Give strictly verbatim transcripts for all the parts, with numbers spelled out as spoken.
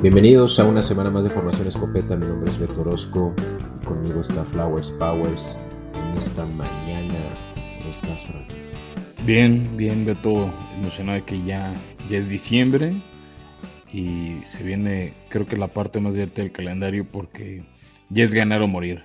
Bienvenidos a una semana más de Formación Escopeta. Mi nombre es Beto Orozco y conmigo está Flowers Powers en esta mañana. ¿Cómo estás, Fran? Bien, bien, Beto, emocionado de que ya, ya es diciembre y se viene, creo que la parte más divertida del calendario porque ya es ganar o morir.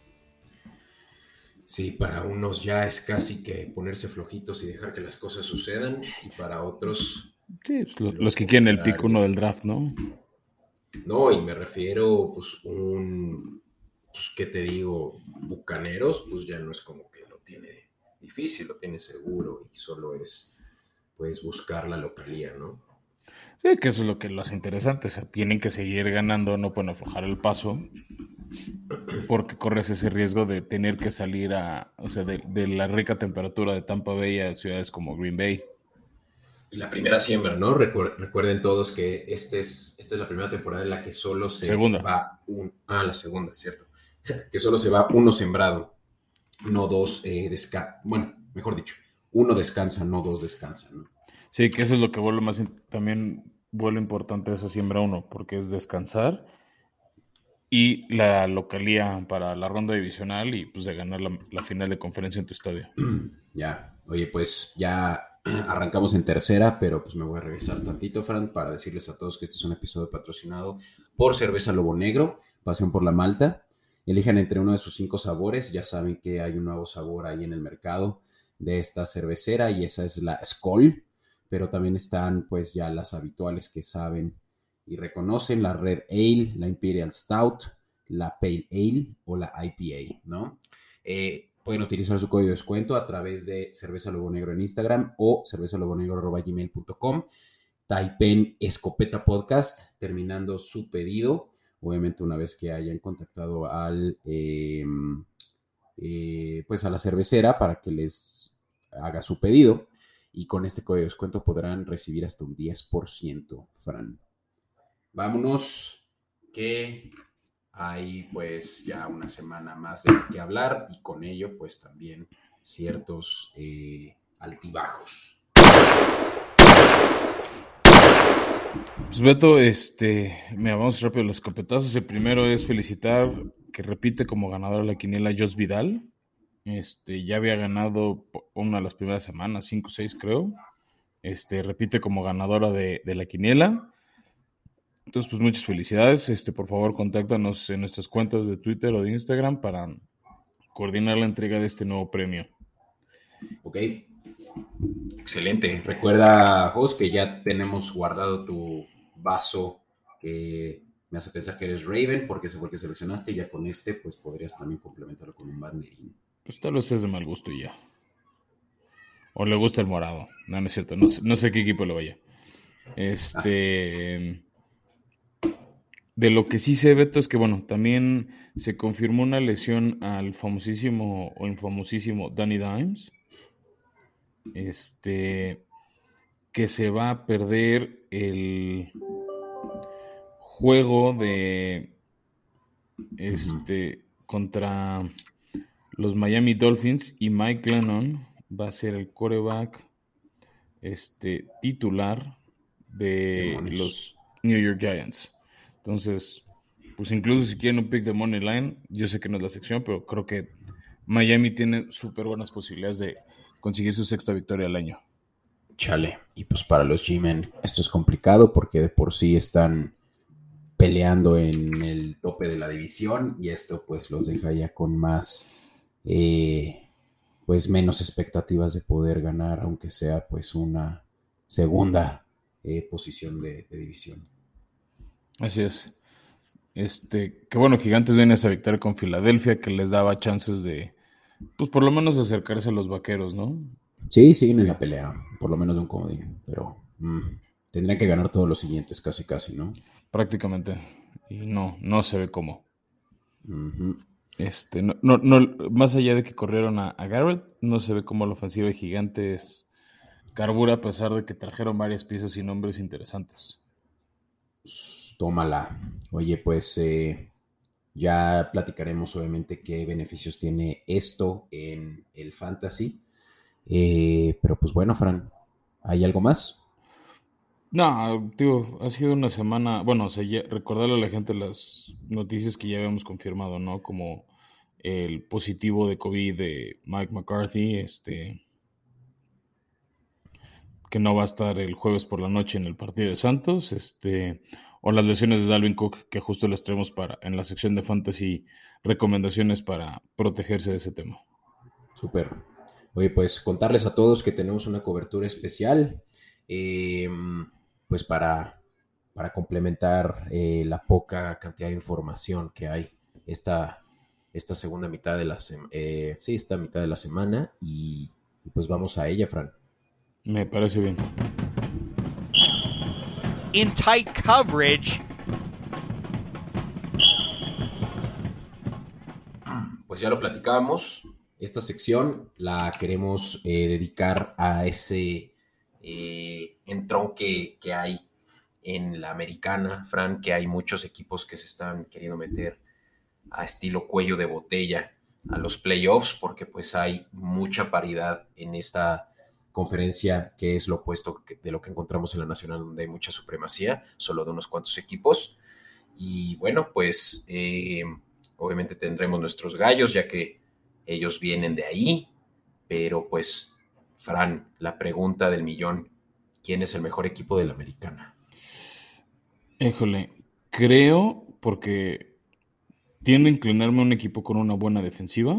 Sí, para unos ya es casi que ponerse flojitos y dejar que las cosas sucedan, y para otros Sí, pues, lo- lo los que quieren el pick contrario. uno del draft, ¿no? No, y me refiero, pues, un, pues, ¿qué te digo? Bucaneros, pues ya no es como que lo tiene difícil, lo tiene seguro y solo es, pues, buscar la localía, ¿no? Sí, que eso es lo que lo hace interesante, o sea, tienen que seguir ganando, no pueden aflojar el paso porque corres ese riesgo de tener que salir a, o sea, de, de la rica temperatura de Tampa Bay a ciudades como Green Bay. Y la primera siembra, ¿no? Recuer- recuerden todos que este es, esta es la primera temporada en la que solo se Segunda. va un... Ah, la segunda, ¿cierto? Que solo se va uno sembrado, no dos eh, descansan. Bueno, mejor dicho, uno descansa, no dos descansan, ¿no? Sí, que eso es lo que vuelve más, in- también vuelve importante esa siembra uno, porque es descansar y la localía para la ronda divisional y pues de ganar la, la final de conferencia en tu estadio. Ya, oye, pues ya arrancamos en tercera, pero pues me voy a regresar tantito, Fran, para decirles a todos que este es un episodio patrocinado por Cerveza Lobo Negro, Pasión por la Malta. Elijan entre uno de sus cinco sabores. Ya saben que hay un nuevo sabor ahí en el mercado de esta cervecera y esa es la Skol, pero también están pues ya las habituales que saben y reconocen: la Red Ale, la Imperial Stout, la Pale Ale o la I P A, ¿no? Eh, pueden utilizar su código de descuento a través de Cerveza Lobo Negro en Instagram o cervezalobonegro arroba gmail punto com. Typen Escopeta Podcast, terminando su pedido. Obviamente, una vez que hayan contactado al, eh, eh, pues a la cervecera para que les haga su pedido. Y con este código de descuento podrán recibir hasta un diez por ciento, Fran. Vámonos, que hay pues ya una semana más de qué hablar y con ello pues también ciertos eh, altibajos. Pues Beto, este, me vamos rápido a los escopetazos. El primero es felicitar que repite como ganador la quiniela Jos Vidal. Este, ya había ganado po- una de las primeras semanas, cinco o seis creo. Este, repite como ganadora de, de la quiniela. Entonces, pues muchas felicidades. Este, por favor, contáctanos en nuestras cuentas de Twitter o de Instagram para coordinar la entrega de este nuevo premio. Ok, excelente. Recuerda, Jos, que ya tenemos guardado tu vaso que me hace pensar que eres Raven porque ese fue el que seleccionaste, y ya con este pues podrías también complementarlo con un banderín. Pues tal vez es de mal gusto y ya. O le gusta el morado. No, no es cierto. No, sé- no sé qué equipo le vaya. Ah, Este. De lo que sí sé, Beto, es que, bueno, también se confirmó una lesión al famosísimo o infamosísimo Danny Dimes. Este. Que se va a perder el juego de. uh-huh. Este. Contra los Miami Dolphins, y Mike Glennon va a ser el quarterback este, titular de Demonios. los New York Giants. Entonces, pues incluso si quieren un pick de Money Line, yo sé que no es la sección, pero creo que Miami tiene súper buenas posibilidades de conseguir su sexta victoria al año. Chale. Y pues para los G-Men esto es complicado porque de por sí están peleando en el tope de la división, y esto pues los deja ya con más, eh, pues menos expectativas de poder ganar, aunque sea pues una segunda eh, posición de, de división. Así es. Este, que bueno, Gigantes viene esa victoria con Filadelfia que les daba chances de, pues por lo menos acercarse a los Vaqueros, ¿no? Sí, siguen en la Este, pelea, por lo menos de un comodín, pero mm, tendrían que ganar todos los siguientes, casi casi, ¿no? prácticamente. Y no, no se ve cómo. Uh-huh. Este, no, no, no, más allá de que corrieron a, a Garrett, no se ve como la ofensiva de Gigantes carbura, a pesar de que trajeron varias piezas y nombres interesantes. Tómala. Oye, pues eh, ya platicaremos obviamente qué beneficios tiene esto en el fantasy. Eh, pero pues bueno, Fran, ¿hay algo más? No, tío, ha sido una semana, bueno, o sea, ya- recordarle a la gente las noticias que ya habíamos confirmado, ¿no? Como el positivo de COVID de Mike McCarthy, este, que no va a estar el jueves por la noche en el partido de Santos, este, o las lesiones de Dalvin Cook, que justo las traemos para, en la sección de fantasy, recomendaciones para protegerse de ese tema. Súper. Oye, pues contarles a todos que tenemos una cobertura especial, eh, pues para, para complementar eh, la poca cantidad de información que hay esta, esta segunda mitad de la semana, eh, sí, esta mitad de la semana y, y pues vamos a ella, Fran. Me parece bien. In tight coverage. Pues ya lo platicábamos. Esta sección la queremos eh, dedicar a ese eh, entronque que hay en la americana, Fran, que hay muchos equipos que se están queriendo meter a estilo cuello de botella a los playoffs, porque pues hay mucha paridad en esta conferencia, que es lo opuesto de lo que encontramos en la nacional, donde hay mucha supremacía, solo de unos cuantos equipos. Y bueno, pues eh, obviamente tendremos nuestros gallos, ya que ellos vienen de ahí, pero pues, Fran, la pregunta del millón, ¿quién es el mejor equipo de la americana? Híjole, creo, porque tiendo a inclinarme a un equipo con una buena defensiva,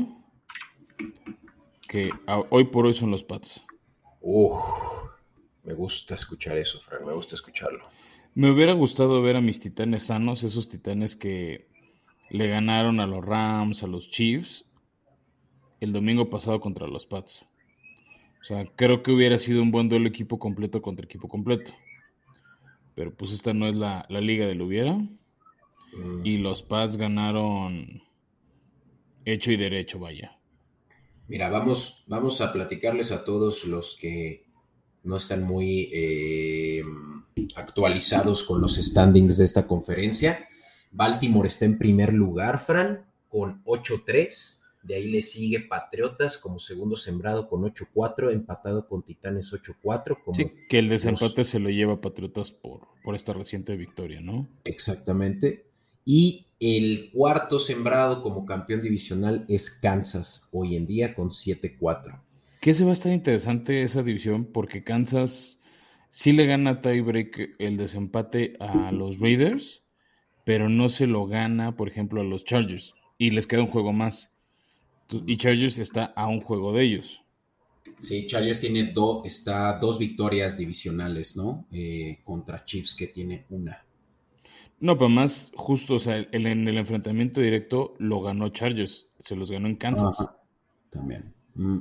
que a- hoy por hoy son los Pats. Uf, me gusta escuchar eso, Fran, me gusta escucharlo. Me hubiera gustado ver a mis titanes sanos, esos titanes que le ganaron a los Rams, a los Chiefs, el domingo pasado contra los Pats. O sea, creo que hubiera sido un buen duelo equipo completo contra equipo completo. Pero pues esta no es la, la liga del hubiera. Mm, Y los Pats ganaron hecho y derecho, vaya. Mira, vamos, vamos a platicarles a todos los que no están muy eh, actualizados con los standings de esta conferencia. Baltimore está en primer lugar, Fran, con ocho tres. De ahí le sigue Patriotas como segundo sembrado con ocho cuatro, empatado con Titanes ocho cuatro. Como Sí, que el los... desempate se lo lleva Patriotas por, por esta reciente victoria, ¿no? Exactamente. Y el cuarto sembrado como campeón divisional es Kansas, hoy en día con siete cuatro. Que se va a estar interesante esa división porque Kansas sí le gana tiebreak el desempate a los Raiders, pero no se lo gana, por ejemplo, a los Chargers. Y les queda un juego más. Y Chargers está a un juego de ellos. Sí, Chargers tiene do, está dos victorias divisionales, ¿no? Eh, contra Chiefs, que tiene una. No, pero más justo, o sea, el- en el enfrentamiento directo lo ganó Chargers, se los ganó en Kansas. Ajá, también. Mm,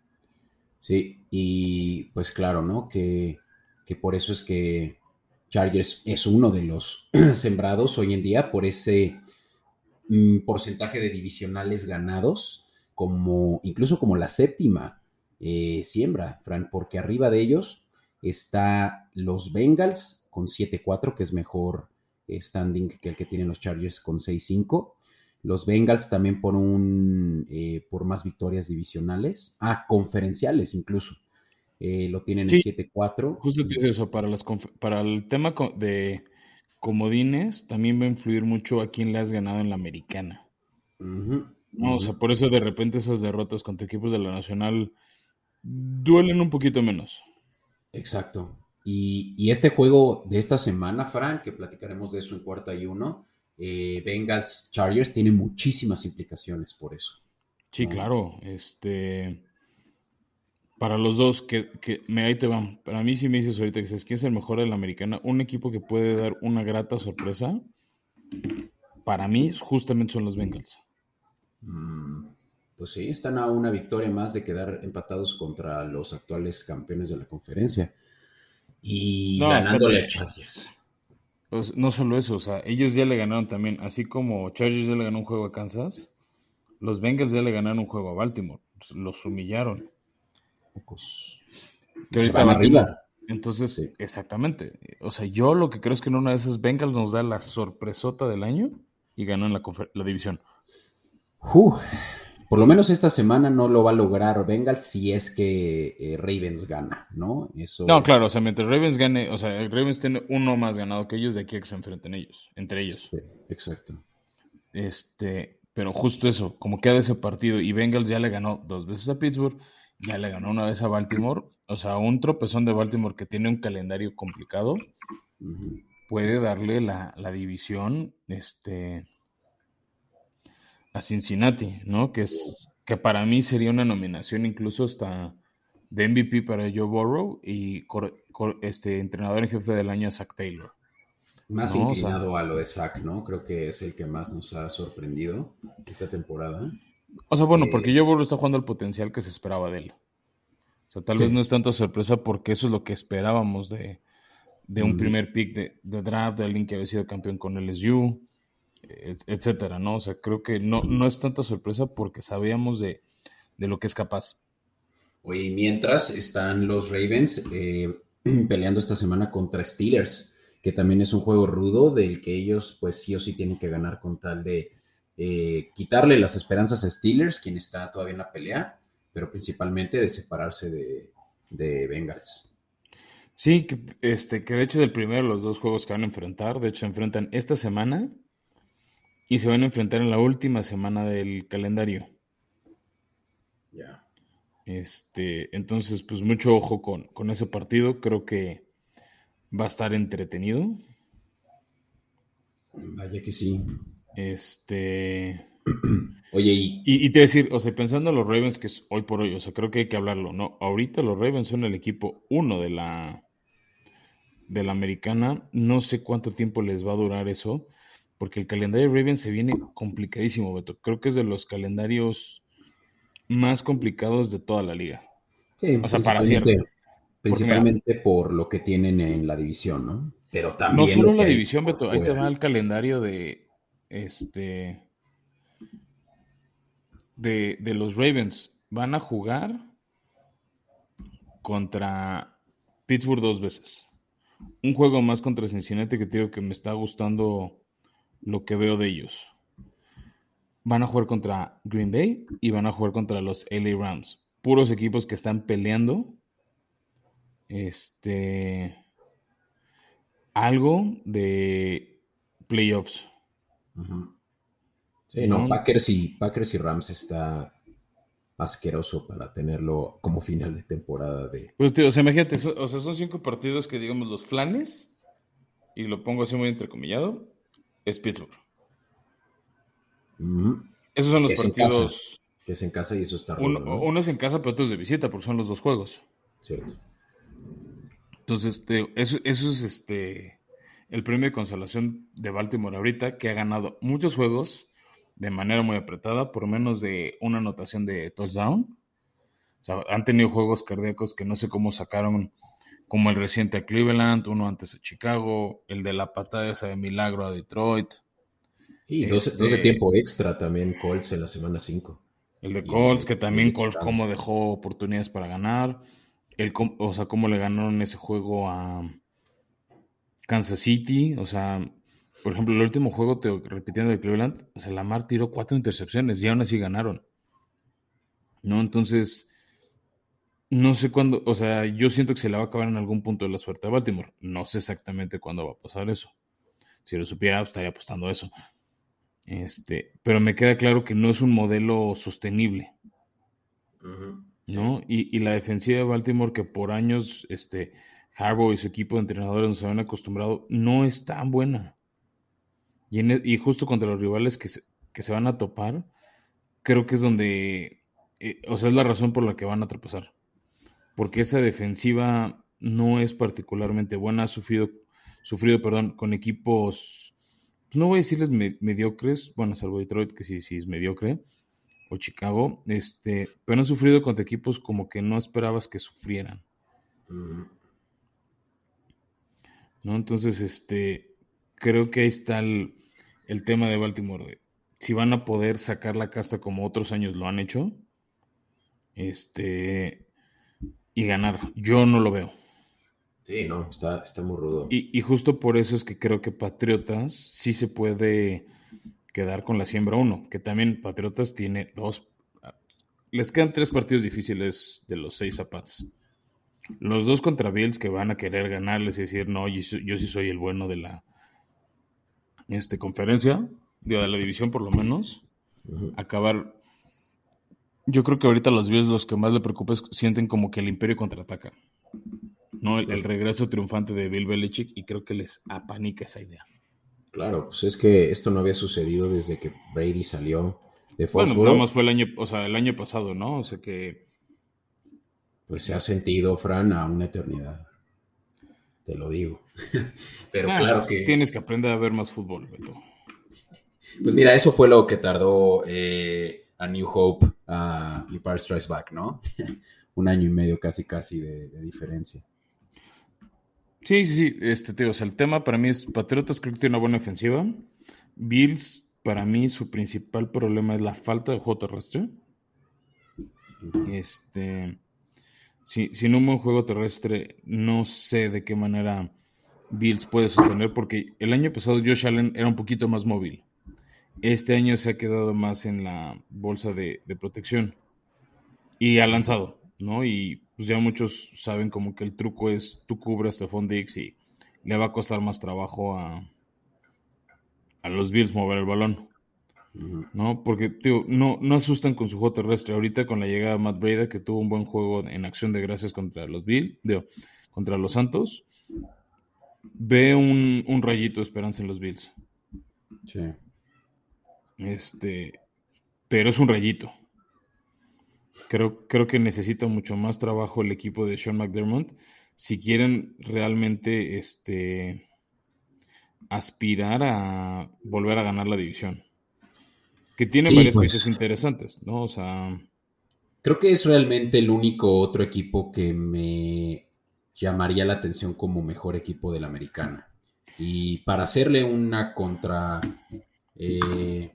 sí, y pues claro, ¿no? Que, que por eso es que Chargers es uno de los sembrados hoy en día por ese mm, porcentaje de divisionales ganados, como incluso como la séptima eh, siembra, Fran, porque arriba de ellos está los Bengals con siete cuatro, que es mejor eh, standing que el que tienen los Chargers con seis cinco. Los Bengals también por un eh, por más victorias divisionales, ah, conferenciales incluso. Eh, lo tienen en Sí, siete cuatro. justo te Y, dice eso, para las conf- para el tema co- de comodines también va a influir mucho a quién le has ganado en la americana. uh-huh, No, o sea, uh-huh. por eso de repente esas derrotas contra equipos de la Nacional duelen un poquito menos. Exacto. Y, y este juego de esta semana, Fran, que platicaremos de eso en cuarta y uno, eh, Bengals Chargers, tiene muchísimas implicaciones por eso, Sí, ¿no? claro, este, para los dos, que, que, mira, ahí te van. Para mí, si me dices ahorita que sabes quién es el mejor de la americana, un equipo que puede dar una grata sorpresa, para mí, justamente son los Bengals. Mm, pues sí, están a una victoria más de quedar empatados contra los actuales campeones de la conferencia y No, ganándole a espérate, Chargers. o sea, no solo eso, o sea, ellos ya le ganaron también, así como Chargers ya le ganó un juego a Kansas, los Bengals ya le ganaron un juego a Baltimore, los humillaron. Pocos. Que Y se ahorita van Baltimore. arriba. Entonces, Sí. exactamente. O sea, yo lo que creo es que en una de esas Bengals nos da la sorpresota del año y ganan la, confer- la división. Uh, por lo menos esta semana no lo va a lograr Bengals si es que eh, Ravens gana, ¿no? Eso No, es... claro, o sea, mientras Ravens gane, o sea, el Ravens tiene uno más ganado que ellos de aquí a que se enfrenten ellos, entre ellos. Sí, exacto. Este, pero justo eso, como queda ese partido y Bengals ya le ganó dos veces a Pittsburgh, ya le ganó una vez a Baltimore, o sea, un tropezón de Baltimore que tiene un calendario complicado, Uh-huh. puede darle la, la división, este, a Cincinnati, ¿no? Que es que para mí sería una nominación incluso hasta de M V P para Joe Burrow y cor, cor, este entrenador en jefe del año a Zach Taylor. Más ¿no? inclinado O sea, a lo de Zach, ¿no? Creo que es el que más nos ha sorprendido esta temporada. o sea, bueno, Eh, porque Joe Burrow está jugando al potencial que se esperaba de él. O sea, tal sí. vez no es tanta sorpresa porque eso es lo que esperábamos de, de un Mm. primer pick de, de draft, de alguien que había sido campeón con L S U, et, etcétera, ¿no? O sea, creo que no, no es tanta sorpresa porque sabíamos de, de lo que es capaz. Oye, y mientras están los Ravens eh, peleando esta semana contra Steelers, que también es un juego rudo del que ellos pues sí o sí tienen que ganar con tal de eh, quitarle las esperanzas a Steelers, quien está todavía en la pelea, pero principalmente de separarse de, de Bengals. Sí, que, este, que de hecho del primero los dos juegos que van a enfrentar, de hecho se enfrentan esta semana y se van a enfrentar en la última semana del calendario. Ya. Yeah. Este, entonces, pues mucho ojo con, con ese partido, creo que va a estar entretenido. Vaya que sí. Este. Oye, y... y... Y te decir, o sea, pensando en los Ravens, que es hoy por hoy, o sea, creo que hay que hablarlo, ¿no? Ahorita los Ravens son el equipo uno de la, de la americana. No sé cuánto tiempo les va a durar eso, porque el calendario de Ravens se viene complicadísimo, Beto. Creo que es de los calendarios más complicados de toda la liga. Sí, O sea, para principalmente, cierre. principalmente mira, por lo que tienen en la división, ¿no? Pero No también solo lo que la hay división, por Beto, ahí te fuera. va el calendario de este de, de los Ravens. Van a jugar contra Pittsburgh dos veces. Un juego más contra Cincinnati que te digo que me está gustando lo que veo de ellos. Van a jugar contra Green Bay y van a jugar contra los L A Rams. Puros equipos que están peleando este algo de playoffs. Uh-huh. Sí, no, ¿no? Packers y, Packers y Rams está asqueroso para tenerlo como final de temporada de... Pues tío, o sea, imagínate, so, o sea, son cinco partidos que digamos los flanes, y lo pongo así muy entrecomillado, es Pittsburgh. Uh-huh. Esos son los es partidos. En casa, que es en casa y eso está rudo, Uno, ¿no? uno es en casa, pero otro es de visita, porque son los dos juegos. Cierto. Entonces, este, eso, eso es este el premio de consolación de Baltimore ahorita, que ha ganado muchos juegos de manera muy apretada, por menos de una anotación de touchdown. O sea, han tenido juegos cardíacos que no sé cómo sacaron, como el reciente a Cleveland, uno antes a Chicago, el de la patada esa de milagro a Detroit. Y dos, este, dos de tiempo extra también Colts en la semana cinco. El de Colts, que también Colts cómo dejó oportunidades para ganar. El, o sea, cómo le ganaron ese juego a Kansas City. O sea, por ejemplo, el último juego, te repitiendo de Cleveland, o sea, Lamar tiró cuatro intercepciones y aún así ganaron. ¿No? Entonces, no sé cuándo, o sea, yo siento que se le va a acabar en algún punto de la suerte a Baltimore. No sé exactamente cuándo va a pasar eso. Si lo supiera, estaría apostando eso. Este, pero me queda claro que no es un modelo sostenible. Uh-huh. ¿No? Y, y la defensiva de Baltimore, que por años este, Harbaugh y su equipo de entrenadores nos habían acostumbrado, no es tan buena. Y, en, y justo contra los rivales que se, que se van a topar, creo que es donde, eh, o sea, es la razón por la que van a tropezar. Porque esa defensiva no es particularmente buena, ha sufrido, sufrido perdón, con equipos, no voy a decirles me, mediocres, bueno, salvo Detroit, que sí, sí es mediocre, o Chicago, este, pero han sufrido contra equipos como que no esperabas que sufrieran. Uh-huh. ¿No? Entonces, este, creo que ahí está el, el tema de Baltimore, de si van a poder sacar la casta como otros años lo han hecho, este, y ganar. Yo no lo veo. Sí, no, está, está muy rudo. Y, y justo por eso es que creo que Patriotas sí se puede quedar con la siembra uno, que también Patriotas tiene dos les quedan tres partidos difíciles de los seis a Pats. Los dos contra Bills que van a querer ganarles y decir, no, yo, yo sí soy el bueno de la este, conferencia, de la división por lo menos. Uh-huh. Acabar... Yo creo que ahorita los Bills los que más le preocupa es, sienten como que el imperio contraataca. ¿No? El, el regreso triunfante de Bill Belichick, y creo que les apanica esa idea. Claro, pues es que esto no había sucedido desde que Brady salió de Foxborough. Bueno, nada más fue el año, o sea, el año pasado, ¿no? O sea que... Pues se ha sentido, Fran, a una eternidad. Te lo digo. Pero ah, claro que... Tienes que aprender a ver más fútbol, Beto. Pues mira, eso fue lo que tardó eh, a New Hope a uh, Empire Strikes Back, ¿no? Un año y medio casi, casi de, de diferencia. Sí, sí, sí. Este, tío, o sea, el tema para mí es, Patriotas creo que tiene una buena ofensiva. Bills, para mí, su principal problema es la falta de juego terrestre. Uh-huh. Este, si, sin un buen juego terrestre, no sé de qué manera Bills puede sostener, porque el año pasado Josh Allen era un poquito más móvil. Este año se ha quedado más en la bolsa de, de protección y ha lanzado, ¿no? Y pues ya muchos saben como que el truco es tú cubres a Stephon Diggs y le va a costar más trabajo a, a los Bills mover el balón, ¿no? Porque, tío, no, no asustan con su juego terrestre. Ahorita con la llegada de Matt Breida, que tuvo un buen juego en acción de gracias contra los Bills, digo, contra los Santos, ve un, un rayito de esperanza en los Bills. Sí. Este, pero es un rayito. Creo, creo que necesita mucho más trabajo el equipo de Sean McDermott si quieren realmente este, aspirar a volver a ganar la división. Que tiene sí, varias pues, piezas interesantes, ¿no? O sea... Creo que es realmente el único otro equipo que me llamaría la atención como mejor equipo de la americana. Y para hacerle una contra... Eh,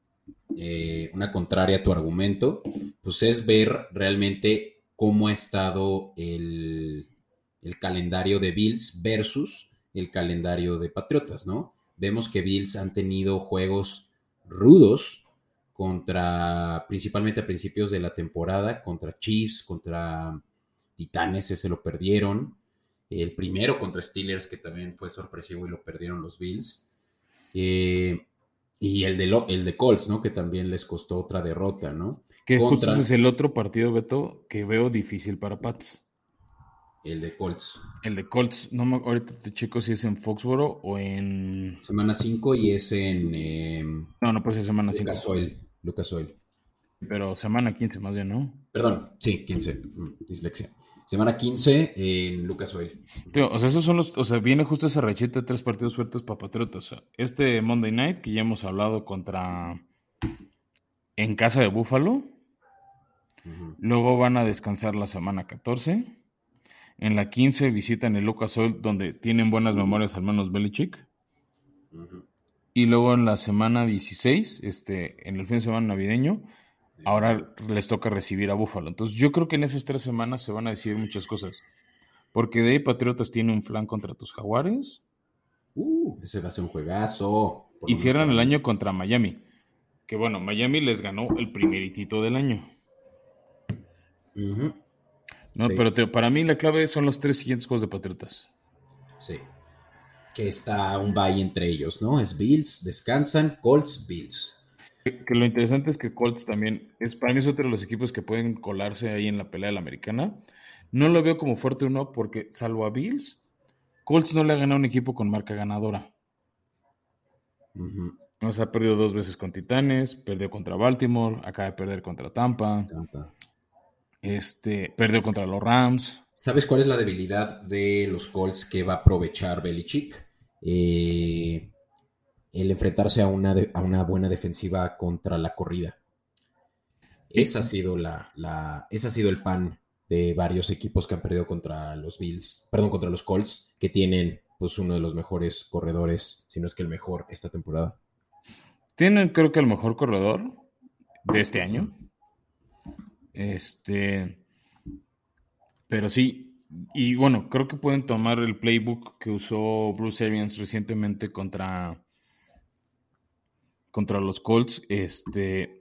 Eh, una contraria a tu argumento, pues es ver realmente cómo ha estado el, el calendario de Bills versus el calendario de Patriotas, ¿no? Vemos que Bills han tenido juegos rudos contra, principalmente a principios de la temporada, contra Chiefs, contra Titanes, ese lo perdieron. El primero contra Steelers, que también fue sorpresivo y lo perdieron los Bills. Eh, Y el de, lo, el de Colts, ¿no? Que también les costó otra derrota, ¿no? Que Contra... justo es el otro partido, Beto, que veo difícil para Pats. El de Colts. El de Colts. No me, ahorita te checo si es en Foxborough o en... Semana cinco y es en... Eh, no, no puede ser semana cinco. Lucas Oil. Lucas Oil. Pero semana quince más bien, ¿no? Perdón, sí, quince. Dislexia. Semana quince en Lucas Oil. Tío, o sea, esos son los, o sea, viene justo esa racheta de tres partidos fuertes para Patriotas. O sea, este Monday Night, que ya hemos hablado contra en casa de Buffalo. Uh-huh. Luego van a descansar la semana catorce. En la quince visitan el Lucas Oil, donde tienen buenas memorias al menos Belichick. Uh-huh. Y luego en la semana dieciséis, este, en el fin de semana navideño, ahora les toca recibir a Buffalo. Entonces yo creo que en esas tres semanas se van a decidir muchas cosas. Porque de ahí Patriotas tiene un flan contra tus Jaguares. Uh, ese va a ser un juegazo. Y cierran el año contra Miami. Que bueno, Miami les ganó el primeritito del año. Uh-huh. No, sí. Pero te, para mí la clave son los tres siguientes juegos de Patriotas. Sí. Que está un bye entre ellos, ¿no? Es Bills, descansan, Colts, Bills. Que, que lo interesante es que Colts también, es para mí es otro de los equipos que pueden colarse ahí en la pelea de la americana. No lo veo como fuerte uno porque, salvo a Bills, Colts no le ha ganado a un equipo con marca ganadora. Uh-huh. O sea, ha perdido dos veces con Titanes, perdió contra Baltimore, acaba de perder contra Tampa, Tampa. Este, perdió contra los Rams. ¿Sabes cuál es la debilidad de los Colts que va a aprovechar Belichick? Eh... el enfrentarse a una, de, a una buena defensiva contra la corrida. Esa ha sido la, la, ese ha sido el pan de varios equipos que han perdido contra los Bills, perdón, contra los Colts, que tienen pues uno de los mejores corredores, si no es que el mejor esta temporada. Tienen creo que el mejor corredor de este año. Este, pero sí, y bueno, creo que pueden tomar el playbook que usó Bruce Arians recientemente contra contra los Colts, este,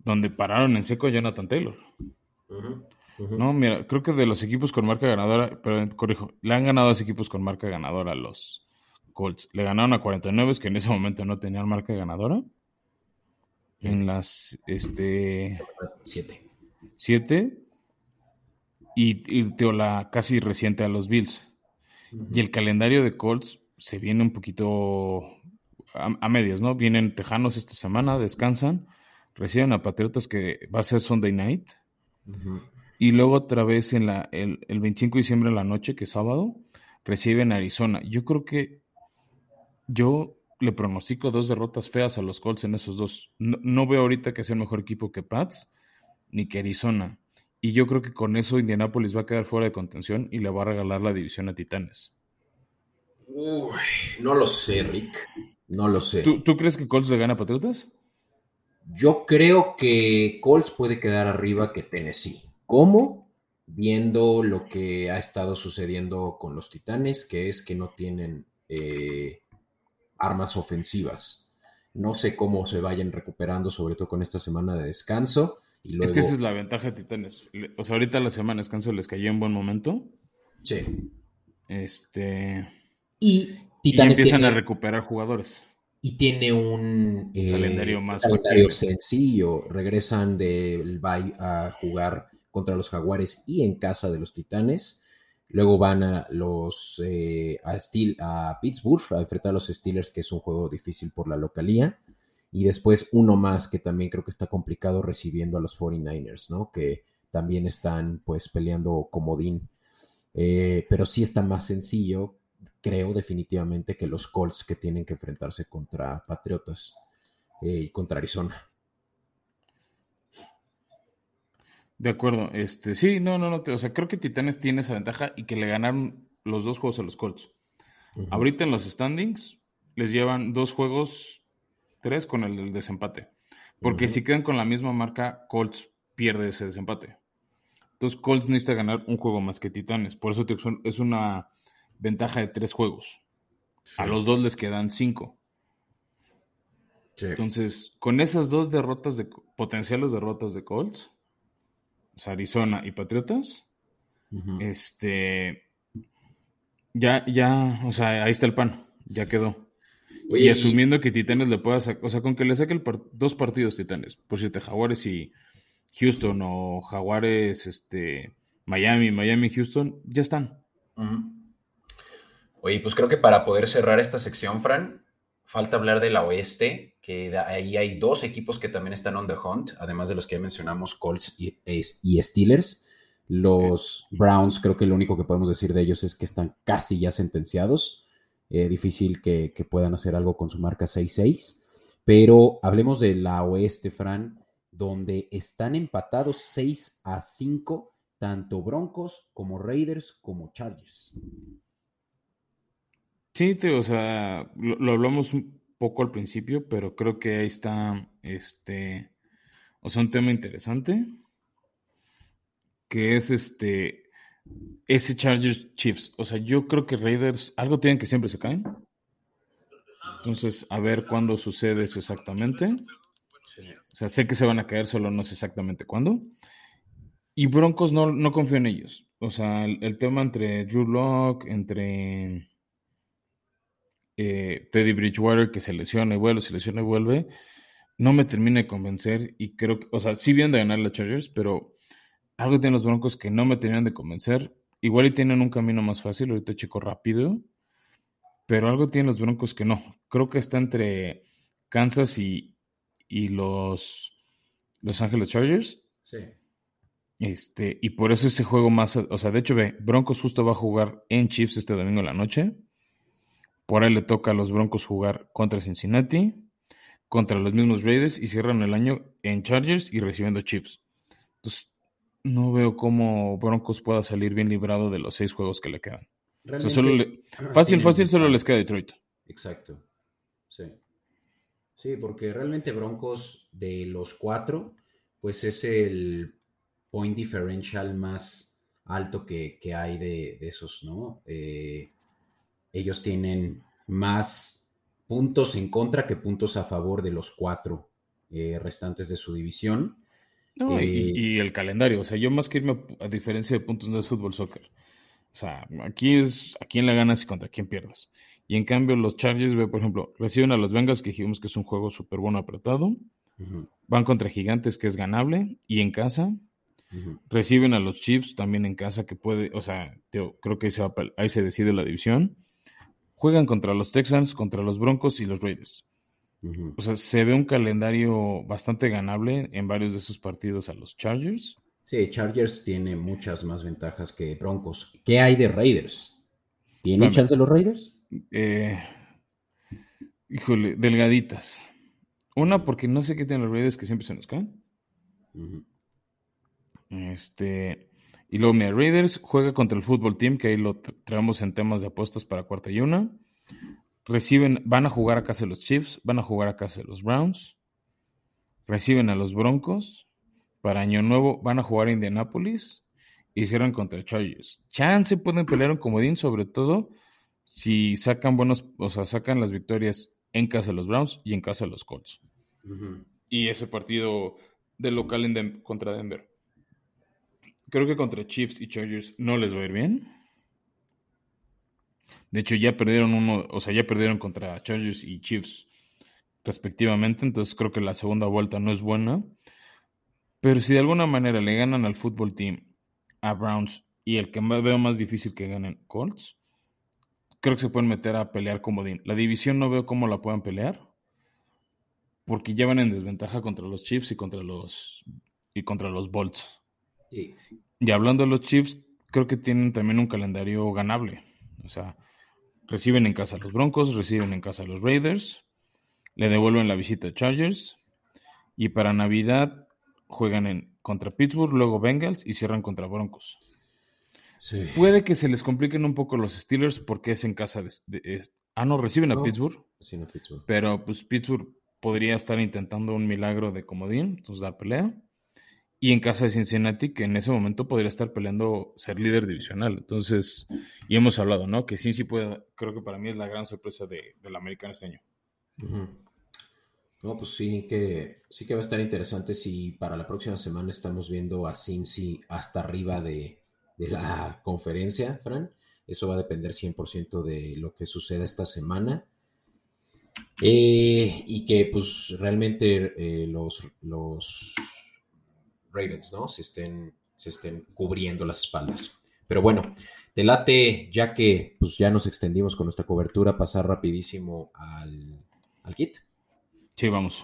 donde pararon en seco a Jonathan Taylor. Uh-huh, uh-huh. No, mira, creo que de los equipos con marca ganadora, perdón, corrijo, le han ganado a dos equipos con marca ganadora a los Colts. Le ganaron a cuarenta y nueve, que en ese momento no tenían marca ganadora. Sí. En las, este... Siete. Siete. Y, y tío, la casi reciente a los Bills. Uh-huh. Y el calendario de Colts se viene un poquito a, a medias, ¿no? Vienen Tejanos esta semana, descansan, reciben a Patriotas, que va a ser Sunday Night. Uh-huh. Y luego otra vez en la, el, el veinticinco de diciembre en la noche, que es sábado, reciben Arizona. Yo creo que yo le pronostico dos derrotas feas a los Colts en esos dos. No, no veo ahorita que sea el mejor equipo que Pats, ni que Arizona. Y yo creo que con eso Indianapolis va a quedar fuera de contención y le va a regalar la división a Titanes. Uy, no lo sé, Rick. No lo sé. ¿Tú, ¿tú crees que Colts le gana a Patriotas? Yo creo que Colts puede quedar arriba que Tennessee. ¿Cómo? Viendo lo que ha estado sucediendo con los Titanes, que es que no tienen eh, armas ofensivas. No sé cómo se vayan recuperando, sobre todo con esta semana de descanso. Y luego... Es que esa es la ventaja de Titanes. O sea, ahorita la semana de descanso les cayó en buen momento. Sí. Este... Y Titanes y empiezan tiene... a recuperar jugadores. Y tiene un eh, calendario más calendario sencillo. Regresan del bye a jugar contra los Jaguares y en casa de los Titanes. Luego van a los eh, a, Steel, a Pittsburgh a enfrentar a los Steelers, que es un juego difícil por la localía. Y después uno más que también creo que está complicado, recibiendo a los cuarenta y nueve ers, ¿no? Que también están pues peleando comodín. Eh, pero sí está más sencillo, creo definitivamente, que los Colts, que tienen que enfrentarse contra Patriotas eh, y contra Arizona. De acuerdo, este, sí, no, no, no, te, o sea, creo que Titanes tiene esa ventaja y que le ganaron los dos juegos a los Colts. Uh-huh. Ahorita en los standings les llevan dos juegos, tres con el del desempate. Porque uh-huh. si quedan con la misma marca, Colts pierde ese desempate. Entonces Colts necesita ganar un juego más que Titanes. Por eso te, es una ventaja de tres juegos. Sí. A los dos les quedan cinco. Sí. Entonces, con esas dos derrotas, de potenciales derrotas de Colts, o sea, Arizona y Patriotas, uh-huh. este, ya, ya, o sea, ahí está el pan, ya quedó. Oye, y asumiendo y... que Titanes le pueda sacar, o sea, con que le saque el par- dos partidos Titanes, por si te Jaguares y Houston, o Jaguares, este, Miami, Miami, Houston, ya están. Uh-huh. Oye, pues creo que para poder cerrar esta sección, Fran, falta hablar de la oeste, que ahí hay dos equipos que también están on the hunt, además de los que ya mencionamos, Colts y, y Steelers. Los Browns, creo que lo único que podemos decir de ellos es que están casi ya sentenciados. Eh, difícil que, que puedan hacer algo con su marca seis seis. Pero hablemos de la oeste, Fran, donde están empatados seis a cinco, tanto Broncos como Raiders como Chargers. Sí, te, o sea, lo, lo hablamos un poco al principio, pero creo que ahí está, este, o sea, un tema interesante, que es este, ese Chargers Chiefs. O sea, yo creo que Raiders, algo tienen que siempre se caen. Entonces, a ver cuándo sucede eso exactamente. O sea, sé que se van a caer, solo no sé exactamente cuándo. Y Broncos no, no confío en ellos. O sea, el, el tema entre Drew Lock, entre... Eh, Teddy Bridgewater, que se lesiona y vuelve, se lesiona y vuelve, no me termina de convencer. Y creo que, o sea, sí vienen de ganar los Chargers, pero algo tienen los Broncos que no me terminan de convencer. Igual y tienen un camino más fácil, ahorita checo rápido, pero algo tienen los Broncos que no. Creo que está entre Kansas y, y los Los Ángeles Chargers. Sí. Este, y por eso ese juego más, o sea, de hecho, ve, Broncos justo va a jugar en Chiefs este domingo en la noche. Por ahí le toca a los Broncos jugar contra Cincinnati, contra los mismos Raiders, y cierran el año en Chargers y recibiendo Chiefs. Entonces, no veo cómo Broncos pueda salir bien librado de los seis juegos que le quedan. O sea, solo le, fácil, fácil, solo les queda Detroit. Exacto. Sí. Sí, porque realmente Broncos, de los cuatro, pues es el point differential más alto que, que hay de, de esos, ¿no? Eh, ellos tienen más puntos en contra que puntos a favor de los cuatro eh, restantes de su división. No, Eh, y, y el calendario. O sea, yo más que irme a, a diferencia de puntos no es fútbol soccer. O sea, aquí es a quién le ganas y contra quién pierdes. Y en cambio los Chargers, ve, por ejemplo, reciben a los Bengals, que dijimos que es un juego súper bueno apretado. uh-huh, Van contra Gigantes, que es ganable, y en casa. uh-huh. Reciben a los Chiefs también en casa, que puede, o sea, tío, creo que ahí se, va, ahí se decide la división. Juegan contra los Texans, contra los Broncos y los Raiders. Uh-huh. O sea, se ve un calendario bastante ganable en varios de esos partidos a los Chargers. Sí, Chargers tiene muchas más ventajas que Broncos. ¿Qué hay de Raiders? ¿Tienen Espérame, chance los Raiders? eh, híjole, delgaditas. Una, porque no sé qué tienen los Raiders que siempre se nos caen. Uh-huh. Este, y luego, mira, Raiders juega contra el Fútbol Team, que ahí lo tra- traemos en temas de apuestas para cuarta y una. Reciben, van a jugar a casa de los Chiefs, van a jugar a casa de los Browns. Reciben a los Broncos. Para Año Nuevo van a jugar a Indianapolis y cierran contra Chargers. Chance pueden pelear un comodín, sobre todo si sacan buenos, o sea, sacan las victorias en casa de los Browns y en casa de los Colts. Uh-huh. Y ese partido de local en Dem- contra Denver. Creo que contra Chiefs y Chargers no les va a ir bien. De hecho, ya perdieron uno, o sea, ya perdieron contra Chargers y Chiefs respectivamente, entonces creo que la segunda vuelta no es buena. Pero si de alguna manera le ganan al Fútbol Team, a Browns y el que más, veo más difícil que ganen Colts, creo que se pueden meter a pelear comodín. La división no veo cómo la puedan pelear, porque ya van en desventaja contra los Chiefs y contra los y contra los Bolts. Sí. Y hablando de los Chiefs, creo que tienen también un calendario ganable. O sea, reciben en casa a los Broncos, reciben en casa a los Raiders, le devuelven la visita a Chargers, y para Navidad juegan en, contra Pittsburgh, luego Bengals y cierran contra Broncos. Sí. Puede que se les compliquen un poco los Steelers porque es en casa de... de- es- ah, no, reciben a No. Pittsburgh, Sí, no, Pittsburgh. pero pues Pittsburgh podría estar intentando un milagro de comodín, entonces dar pelea. Y en casa de Cincinnati, que en ese momento podría estar peleando ser líder divisional. Entonces, y hemos hablado, ¿no? Que Cincy puede, creo que para mí es la gran sorpresa de, de la americana este año. Uh-huh. No, pues sí que, sí que va a estar interesante si para la próxima semana estamos viendo a Cincy hasta arriba de, de la conferencia, Fran. Eso va a depender cien por ciento de lo que suceda esta semana. Eh, y que pues realmente eh, los, los Ravens, ¿no? Se estén, se estén cubriendo las espaldas. Pero bueno, te late, ya que pues ya nos extendimos con nuestra cobertura, pasar rapidísimo al, al kit. Sí, vamos.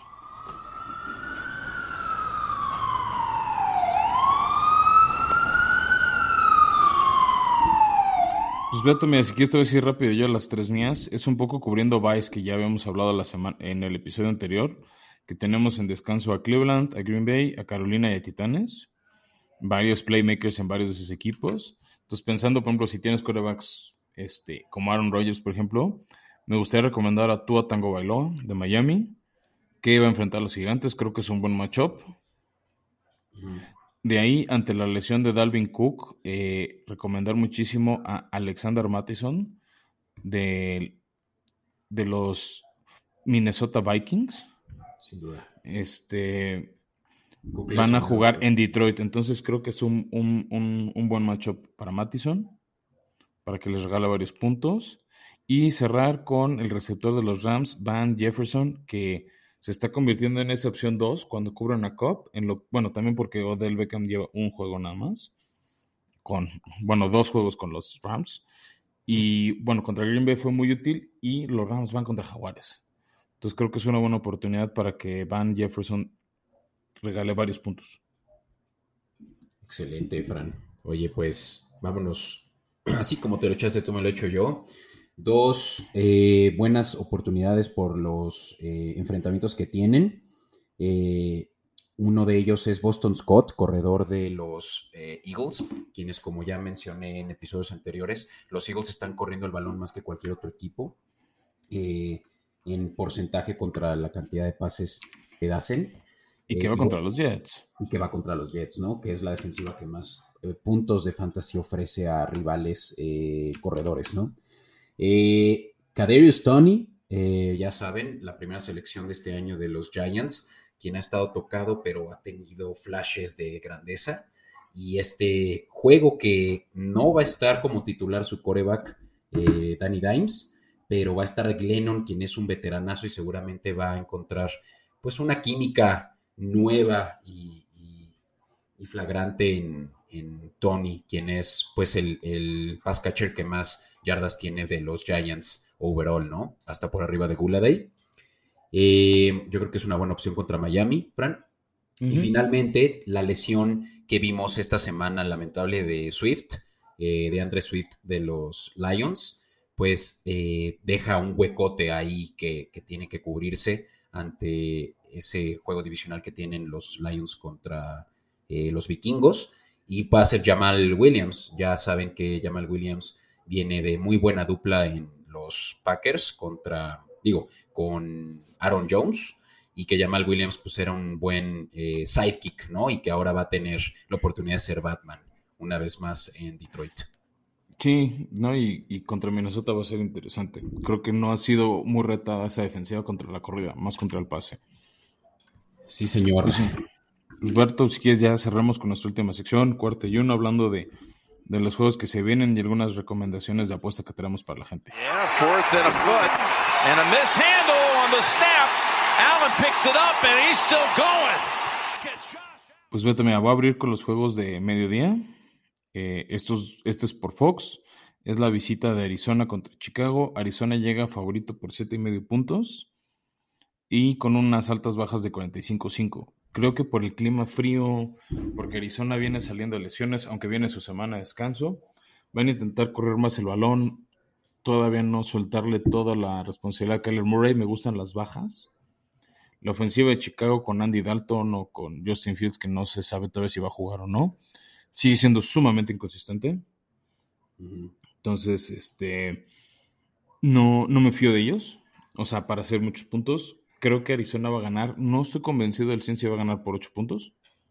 Pues Beto, mira, si quieres te voy a decir rápido yo las tres mías. Es un poco cubriendo Vice, que ya habíamos hablado la semana, en el episodio anterior, que tenemos en descanso a Cleveland, a Green Bay, a Carolina y a Titanes. Varios playmakers en varios de sus equipos. Entonces, pensando, por ejemplo, si tienes quarterbacks este, como Aaron Rodgers, por ejemplo, me gustaría recomendar a Tua Tagovailoa de Miami, que va a enfrentar a los Gigantes. Creo que es un buen matchup. Uh-huh. De ahí, ante la lesión de Dalvin Cook, eh, recomendar muchísimo a Alexander Mattison de, de los Minnesota Vikings. Sin duda. Este, Cook van a lesionado. jugar en Detroit, entonces creo que es un, un, un, un buen matchup para Mattison, para que les regale varios puntos. Y cerrar con el receptor de los Rams, Van Jefferson, que se está convirtiendo en esa opción dos cuando cubren a Cobb. En lo, bueno, también porque Odell Beckham lleva un juego nada más. Con, bueno, dos juegos con los Rams. Y bueno, contra Green Bay fue muy útil y los Rams van contra Jaguares. Entonces creo que es una buena oportunidad para que Van Jefferson regale varios puntos. Excelente, Fran. Oye, pues vámonos. Así como te lo echaste, tú me lo he hecho yo. Dos eh, buenas oportunidades por los eh, enfrentamientos que tienen. Eh, uno de ellos es Boston Scott, corredor de los eh, Eagles, quienes, como ya mencioné en episodios anteriores, los Eagles están corriendo el balón más que cualquier otro equipo eh, en porcentaje contra la cantidad de pases que hacen. Y que Eh, va y contra bueno, los Jets. y que va contra los Jets, ¿no? Que es la defensiva que más eh, puntos de fantasy ofrece a rivales eh, corredores, ¿no? Eh, Kadarius Toney, eh, ya saben, la primera selección de este año de los Giants, quien ha estado tocado, pero ha tenido flashes de grandeza. Y este juego que no va a estar como titular su quarterback, eh, Danny Dimes, pero va a estar Glennon, quien es un veteranazo y seguramente va a encontrar pues una química nueva y, y, y flagrante en, en Tony, quien es pues el, el pass catcher que más yardas tiene de los Giants overall, ¿no? Hasta por arriba de Golladay. Eh, yo creo que es una buena opción contra Miami, Fran. Uh-huh. Y finalmente, la lesión que vimos esta semana lamentable de Swift, eh, de Andre Swift de los Lions, pues eh, deja un huecote ahí que, que tiene que cubrirse ante ese juego divisional que tienen los Lions contra eh, los Vikingos, y va a ser Jamal Williams. Ya saben que Jamal Williams viene de muy buena dupla en los Packers contra, digo, con Aaron Jones, y que Jamal Williams pues era un buen eh, sidekick, ¿no? Y que ahora va a tener la oportunidad de ser Batman una vez más en Detroit. Sí, no, y, y contra Minnesota va a ser interesante. Creo que no ha sido muy retada esa defensiva contra la corrida, más contra el pase. Sí, señor. Pues, Alberto, si quieres ya cerramos con nuestra última sección, cuarto y uno, hablando de, de los juegos que se vienen y algunas recomendaciones de apuesta que tenemos para la gente. Yeah, fourth and a foot, and a mishandle on the snap. Allen picks it up and he's still going. Pues Beto, mira, voy a abrir con los juegos de mediodía. Eh, estos, este es por Fox. Es la visita de Arizona contra Chicago. Arizona llega favorito por siete y medio puntos y con unas altas bajas de cuarenta y cinco cinco. Creo que por el clima frío, porque Arizona viene saliendo de lesiones, aunque viene su semana de descanso, van a intentar correr más el balón, todavía no soltarle toda la responsabilidad a Kyler Murray. Me gustan las bajas. La ofensiva de Chicago con Andy Dalton o con Justin Fields, que no se sabe todavía si va a jugar o no, sigue siendo sumamente inconsistente. Uh-huh. Entonces, este, no, no me fío de ellos. O sea, para hacer muchos puntos. Creo que Arizona va a ganar. No estoy convencido del cien si va a ganar por ocho puntos.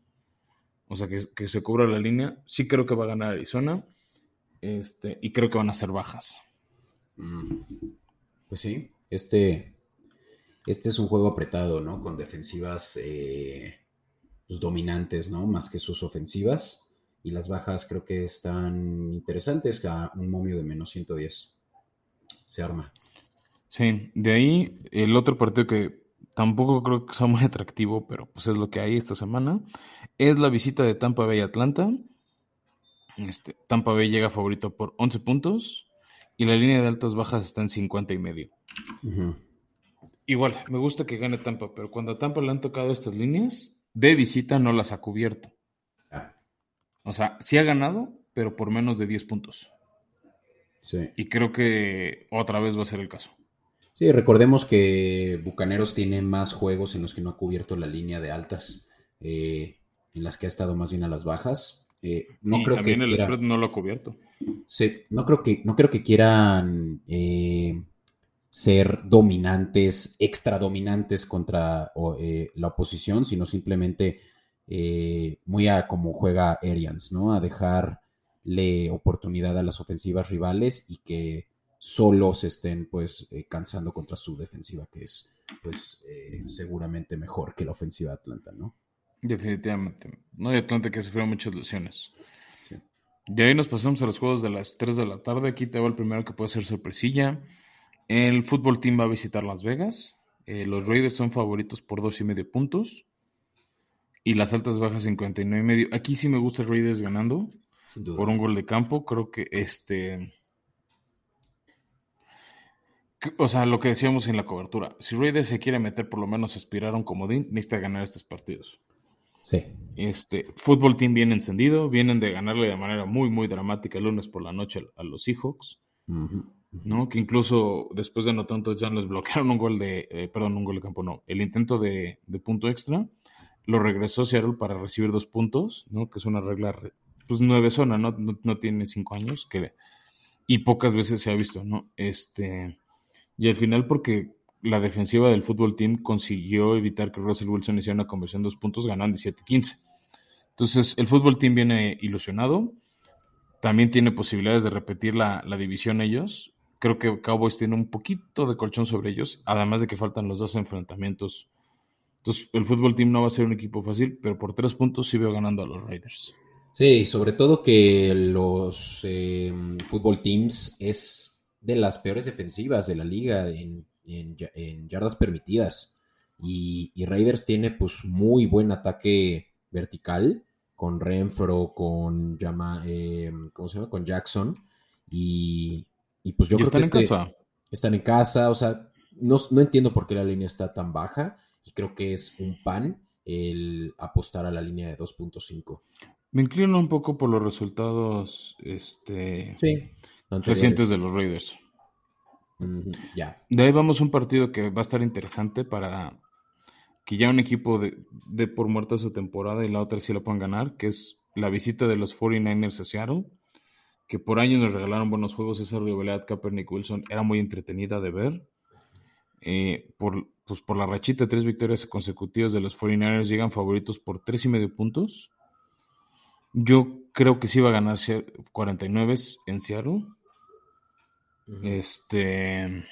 O sea, que, que se cubra la línea. Sí creo que va a ganar Arizona. Este, y creo que van a ser bajas. Mm. Pues sí, este... Este es un juego apretado, ¿no? Con defensivas eh, pues dominantes, ¿no? Más que sus ofensivas. Y las bajas creo que están interesantes, a un momio de menos ciento diez. Se arma. Sí, de ahí el otro partido que tampoco creo que sea muy atractivo, pero pues es lo que hay esta semana, es la visita de Tampa Bay a Atlanta. Este, Tampa Bay llega favorito por once puntos y la línea de altas bajas está en cincuenta y medio. Uh-huh. Igual, me gusta que gane Tampa, pero cuando a Tampa le han tocado estas líneas, de visita no las ha cubierto. Ah. O sea, sí ha ganado, pero por menos de diez puntos. Sí. Y creo que otra vez va a ser el caso. Sí, recordemos que Bucaneros tiene más juegos en los que no ha cubierto la línea de altas, eh, en las que ha estado más bien a las bajas. Eh, no y creo también que el quiera... spread no lo ha cubierto. Sí, no creo que, no creo que quieran... Eh... ser dominantes, extra dominantes contra o, eh, la oposición, sino simplemente eh, muy a como juega Arians, ¿no? A dejarle oportunidad a las ofensivas rivales y que solo se estén pues eh, cansando contra su defensiva, que es pues eh, seguramente mejor que la ofensiva de Atlanta, ¿no? Definitivamente. No hay Atlanta que sufrió muchas lesiones. Sí. De ahí nos pasamos a los juegos de las tres de la tarde. Aquí te va el primero que puede ser sorpresilla. El fútbol team va a visitar Las Vegas. Eh, los Raiders son favoritos por dos y medio puntos. Y las altas bajas cincuenta y nueve y medio. Aquí sí me gusta el Raiders ganando. Sin duda. Por un gol de campo. Creo que este... O sea, lo que decíamos en la cobertura. Si Raiders se quiere meter por lo menos a aspirar a un comodín, necesita ganar estos partidos. Sí. Este, fútbol team bien encendido. Vienen de ganarle de manera muy, muy dramática el lunes por la noche a los Seahawks. Uh-huh. ¿No? Que incluso después de no tanto ya les bloquearon un gol de, eh, perdón, un gol de campo, no, el intento de, de punto extra, lo regresó Seattle para recibir dos puntos, ¿no? Que es una regla, pues nueve zona, ¿no? No, no tiene cinco años, que, y pocas veces se ha visto, ¿no? Este, y al final porque la defensiva del fútbol team consiguió evitar que Russell Wilson hiciera una conversión de dos puntos, ganando diecisiete quince. Entonces, el fútbol team viene ilusionado, también tiene posibilidades de repetir la, la división ellos. Creo que Cowboys tiene un poquito de colchón sobre ellos, además de que faltan los dos enfrentamientos Entonces, el fútbol team no va a ser un equipo fácil, pero por tres puntos sí veo ganando a los Raiders. Sí, sobre todo que los eh, fútbol teams es de las peores defensivas de la liga en, en, en yardas permitidas. Y, y Raiders tiene pues muy buen ataque vertical con Renfro, con Yama, eh, ¿cómo se llama? Con Jackson. Y, y pues yo y creo están que en este, casa. están en casa, o sea, no, no entiendo por qué la línea está tan baja y creo que es un pan el apostar a la línea de dos punto cinco. Me inclino un poco por los resultados este, Sí, recientes anteriores. de los Raiders. Uh-huh, ya. De ahí vamos a un partido que va a estar interesante para que ya un equipo de, de por muerta su temporada y la otra sí la puedan ganar, que es la visita de los cuarenta y nueve ers a Seattle, que por años nos regalaron buenos juegos. Esa rivalidad Kaepernick-Wilson era muy entretenida de ver. Eh, por, pues por la rachita de tres victorias consecutivas de los cuarenta y nueve ers llegan favoritos por tres y medio puntos. Yo creo que sí va a ganar cuarenta y nueve en Seattle. Uh-huh. Este...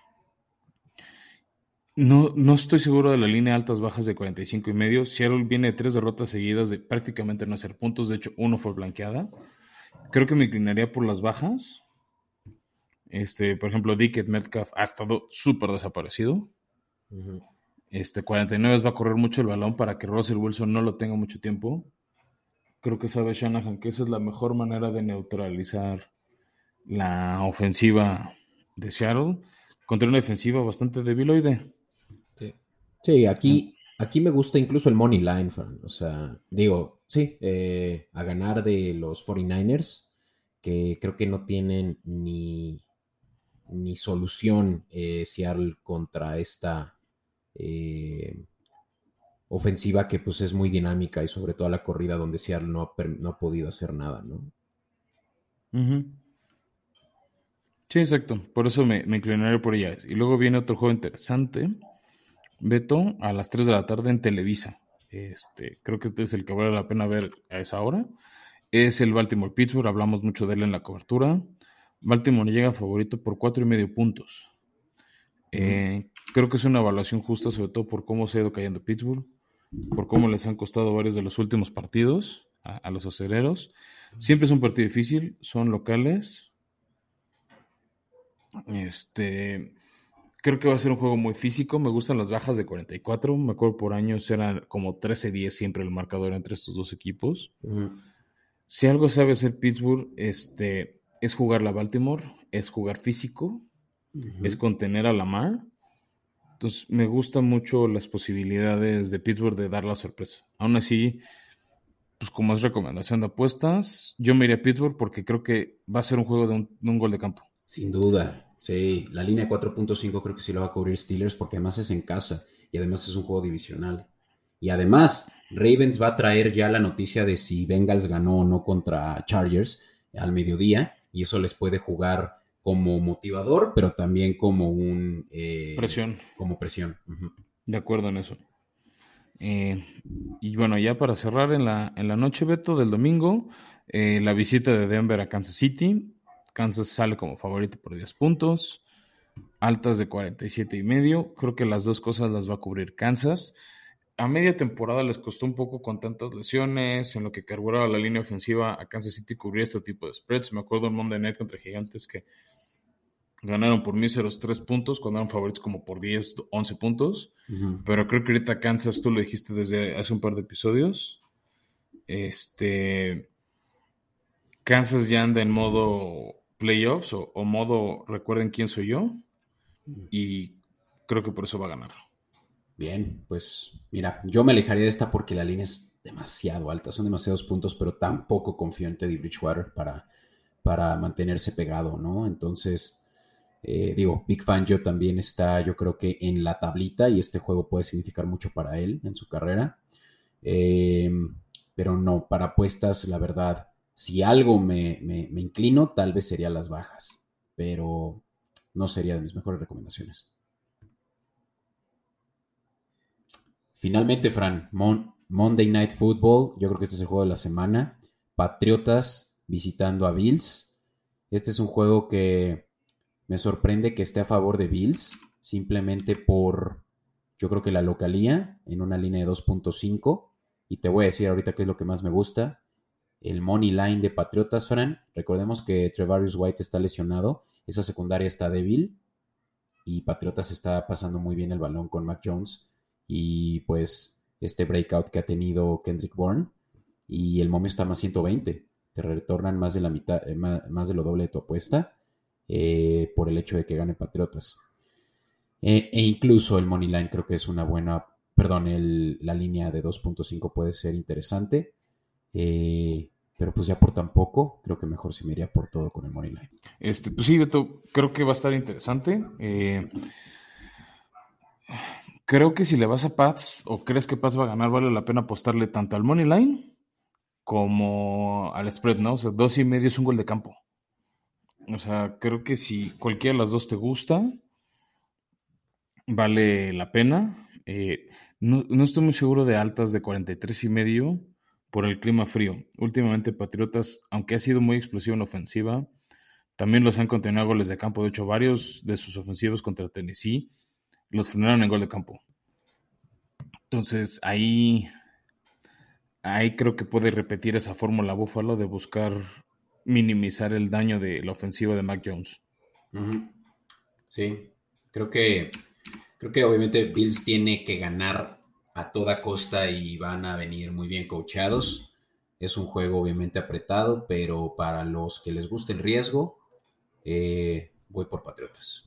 No, no estoy seguro de la línea altas bajas de cuarenta y cinco y medio. Seattle viene de tres derrotas seguidas de prácticamente no hacer puntos. De hecho, uno fue blanqueada. Creo que me inclinaría por las bajas. Este, por ejemplo, D K Metcalf ha estado súper desaparecido. Uh-huh. Este, cuarenta y nueve va a correr mucho el balón para que Russell Wilson no lo tenga mucho tiempo. Creo que sabe Shanahan que esa es la mejor manera de neutralizar la ofensiva de Seattle contra una defensiva bastante debiloide. Sí, sí aquí, aquí me gusta incluso el money line, Fran. O sea, digo, sí, eh, a ganar de los cuarenta y nueve ers, que creo que no tienen ni, ni solución eh, Seattle contra esta eh, ofensiva que pues es muy dinámica y sobre todo a la corrida donde Seattle no ha, no ha podido hacer nada, ¿no? Uh-huh. Sí, exacto. Por eso me, me inclinaré por ella. Y luego viene otro juego interesante, Beto, a las tres de la tarde en Televisa. Este, creo que este es el que vale la pena ver a esa hora. Es el Baltimore-Pittsburgh, hablamos mucho de él en la cobertura. Baltimore llega favorito por cuatro y medio puntos. Eh, creo que es una evaluación justa, sobre todo por cómo se ha ido cayendo Pittsburgh, por cómo les han costado varios de los últimos partidos a, a los acereros. Siempre es un partido difícil, son locales. Este, creo que va a ser un juego muy físico. Me gustan las bajas de cuarenta y cuatro. Me acuerdo por años era como trece diez siempre el marcador entre estos dos equipos. Uh-huh. Si algo sabe hacer Pittsburgh, este, es jugar la Baltimore, es jugar físico, uh-huh. es contener a Lamar. Entonces me gustan mucho las posibilidades de Pittsburgh de dar la sorpresa. Aún así, pues como es recomendación de apuestas, yo me iré a Pittsburgh porque creo que va a ser un juego de un, de un gol de campo. Sin duda, sí. La línea de cuatro punto cinco creo que sí lo va a cubrir Steelers porque además es en casa y además es un juego divisional. Y además, Ravens va a traer ya la noticia de si Bengals ganó o no contra Chargers al mediodía y eso les puede jugar como motivador, pero también como un... Eh, presión. Como presión. Uh-huh. De acuerdo en eso. Eh, y bueno, ya para cerrar en la, en la noche, Beto, del domingo, eh, la visita de Denver a Kansas City. Kansas sale como favorito por diez puntos. Altas de cuarenta y siete y medio. Creo que las dos cosas las va a cubrir Kansas. A media temporada les costó un poco con tantas lesiones, en lo que carburaba la línea ofensiva a Kansas City cubrir este tipo de spreads. Me acuerdo en Monday Night contra Gigantes que ganaron por míseros tres puntos cuando eran favoritos como por diez, once puntos. Uh-huh. Pero creo que ahorita Kansas, tú lo dijiste desde hace un par de episodios, este Kansas ya anda en modo playoffs o, o modo recuerden quién soy yo y creo que por eso va a ganar. Bien, pues mira, yo me alejaría de esta porque la línea es demasiado alta, son demasiados puntos, pero tampoco confío en Teddy Bridgewater para, para mantenerse pegado, ¿no? Entonces, eh, digo, Big Fangio también está, yo creo que en la tablita y este juego puede significar mucho para él en su carrera. Eh, pero no, para apuestas, la verdad, si algo me, me, me inclino, tal vez sería las bajas, pero no sería de mis mejores recomendaciones. Finalmente, Fran, Mon- Monday Night Football, yo creo que este es el juego de la semana. Patriotas visitando a Bills. Este es un juego que me sorprende que esté a favor de Bills, simplemente por Yo creo que la localía en una línea de dos punto cinco, y te voy a decir ahorita qué es lo que más me gusta, el money line de Patriotas, Fran. Recordemos que Trevarius White está lesionado, esa secundaria está débil, y Patriotas está pasando muy bien el balón con Mac Jones, y pues este breakout que ha tenido Kendrick Bourne, y el momio está más ciento veinte, te retornan más de la mitad, eh, más, más de lo doble de tu apuesta, eh, por el hecho de que gane Patriotas. Eh, e incluso el money line creo que es una buena, perdón, el, la línea de dos punto cinco puede ser interesante, eh, pero pues ya por tan poco, creo que mejor se me iría por todo con el money line. Este, pues sí, Beto, creo que va a estar interesante. Eh, creo que si le vas a Pats o crees que Pats va a ganar, vale la pena apostarle tanto al money line como al spread, ¿no? O sea, dos y medio es un gol de campo. O sea, creo que si cualquiera de las dos te gusta, vale la pena. Eh, no, no estoy muy seguro de altas de cuarenta y tres y medio por el clima frío. Últimamente Patriotas, aunque ha sido muy explosivo en ofensiva, también los han contenido a goles de campo. De hecho, varios de sus ofensivos contra Tennessee los frenaron en gol de campo. Entonces, ahí, ahí creo que puede repetir esa fórmula Buffalo de buscar minimizar el daño de la ofensiva de Mac Jones. Uh-huh. Sí, creo que creo que obviamente Bills tiene que ganar a toda costa y van a venir muy bien coachados. Es un juego obviamente apretado, pero para los que les gusta el riesgo, eh, voy por Patriotas.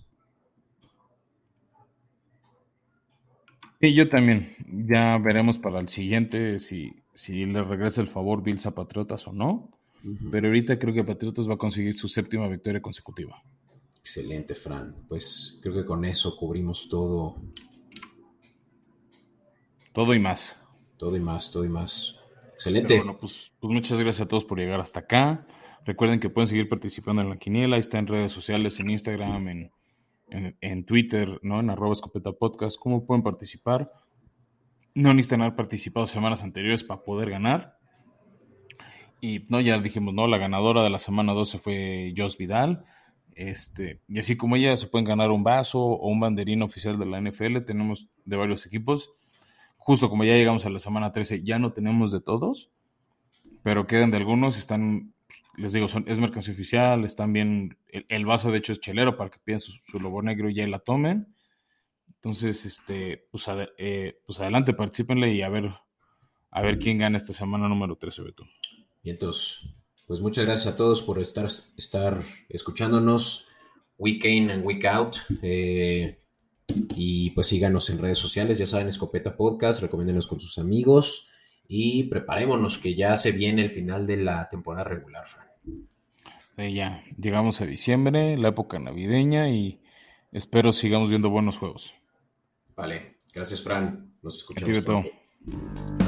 Y yo también. Ya veremos para el siguiente si, si le regresa el favor Bills a Patriotas o no. Uh-huh. Pero ahorita creo que Patriotas va a conseguir su séptima victoria consecutiva. Excelente, Fran. Pues creo que con eso cubrimos todo. Todo y más. Todo y más, todo y más. Excelente. Pero bueno, pues, pues muchas gracias a todos por llegar hasta acá. Recuerden que pueden seguir participando en la quiniela. Ahí está en redes sociales, en Instagram, en, en, en Twitter, ¿no? En arroba escopeta podcast. ¿Cómo pueden participar? No necesitan haber participado semanas anteriores para poder ganar. Y no, ya dijimos, ¿no? La ganadora de la semana doce fue Josh Vidal. Este, y así como ella, se pueden ganar un vaso o un banderín oficial de la N F L. Tenemos de varios equipos. Justo como ya llegamos a la semana trece, ya no tenemos de todos, pero quedan de algunos. Están, les digo, son, es mercancía oficial, están bien. El, el vaso, de hecho, es chelero para que pidan su, su logo negro y ya la tomen. Entonces, este, pues, ad, eh, pues adelante, particípenle y a ver, a ver quién gana esta semana número trece, Beto. Y entonces, pues muchas gracias a todos por estar, estar escuchándonos week in and week out. Eh, y pues síganos en redes sociales, ya saben, Escopeta Podcast, recomiéndenos con sus amigos y preparémonos que ya se viene el final de la temporada regular, Fran. Eh, ya, llegamos a diciembre, la época navideña, y espero sigamos viendo buenos juegos. Vale, gracias, Fran. Nos escuchamos pronto.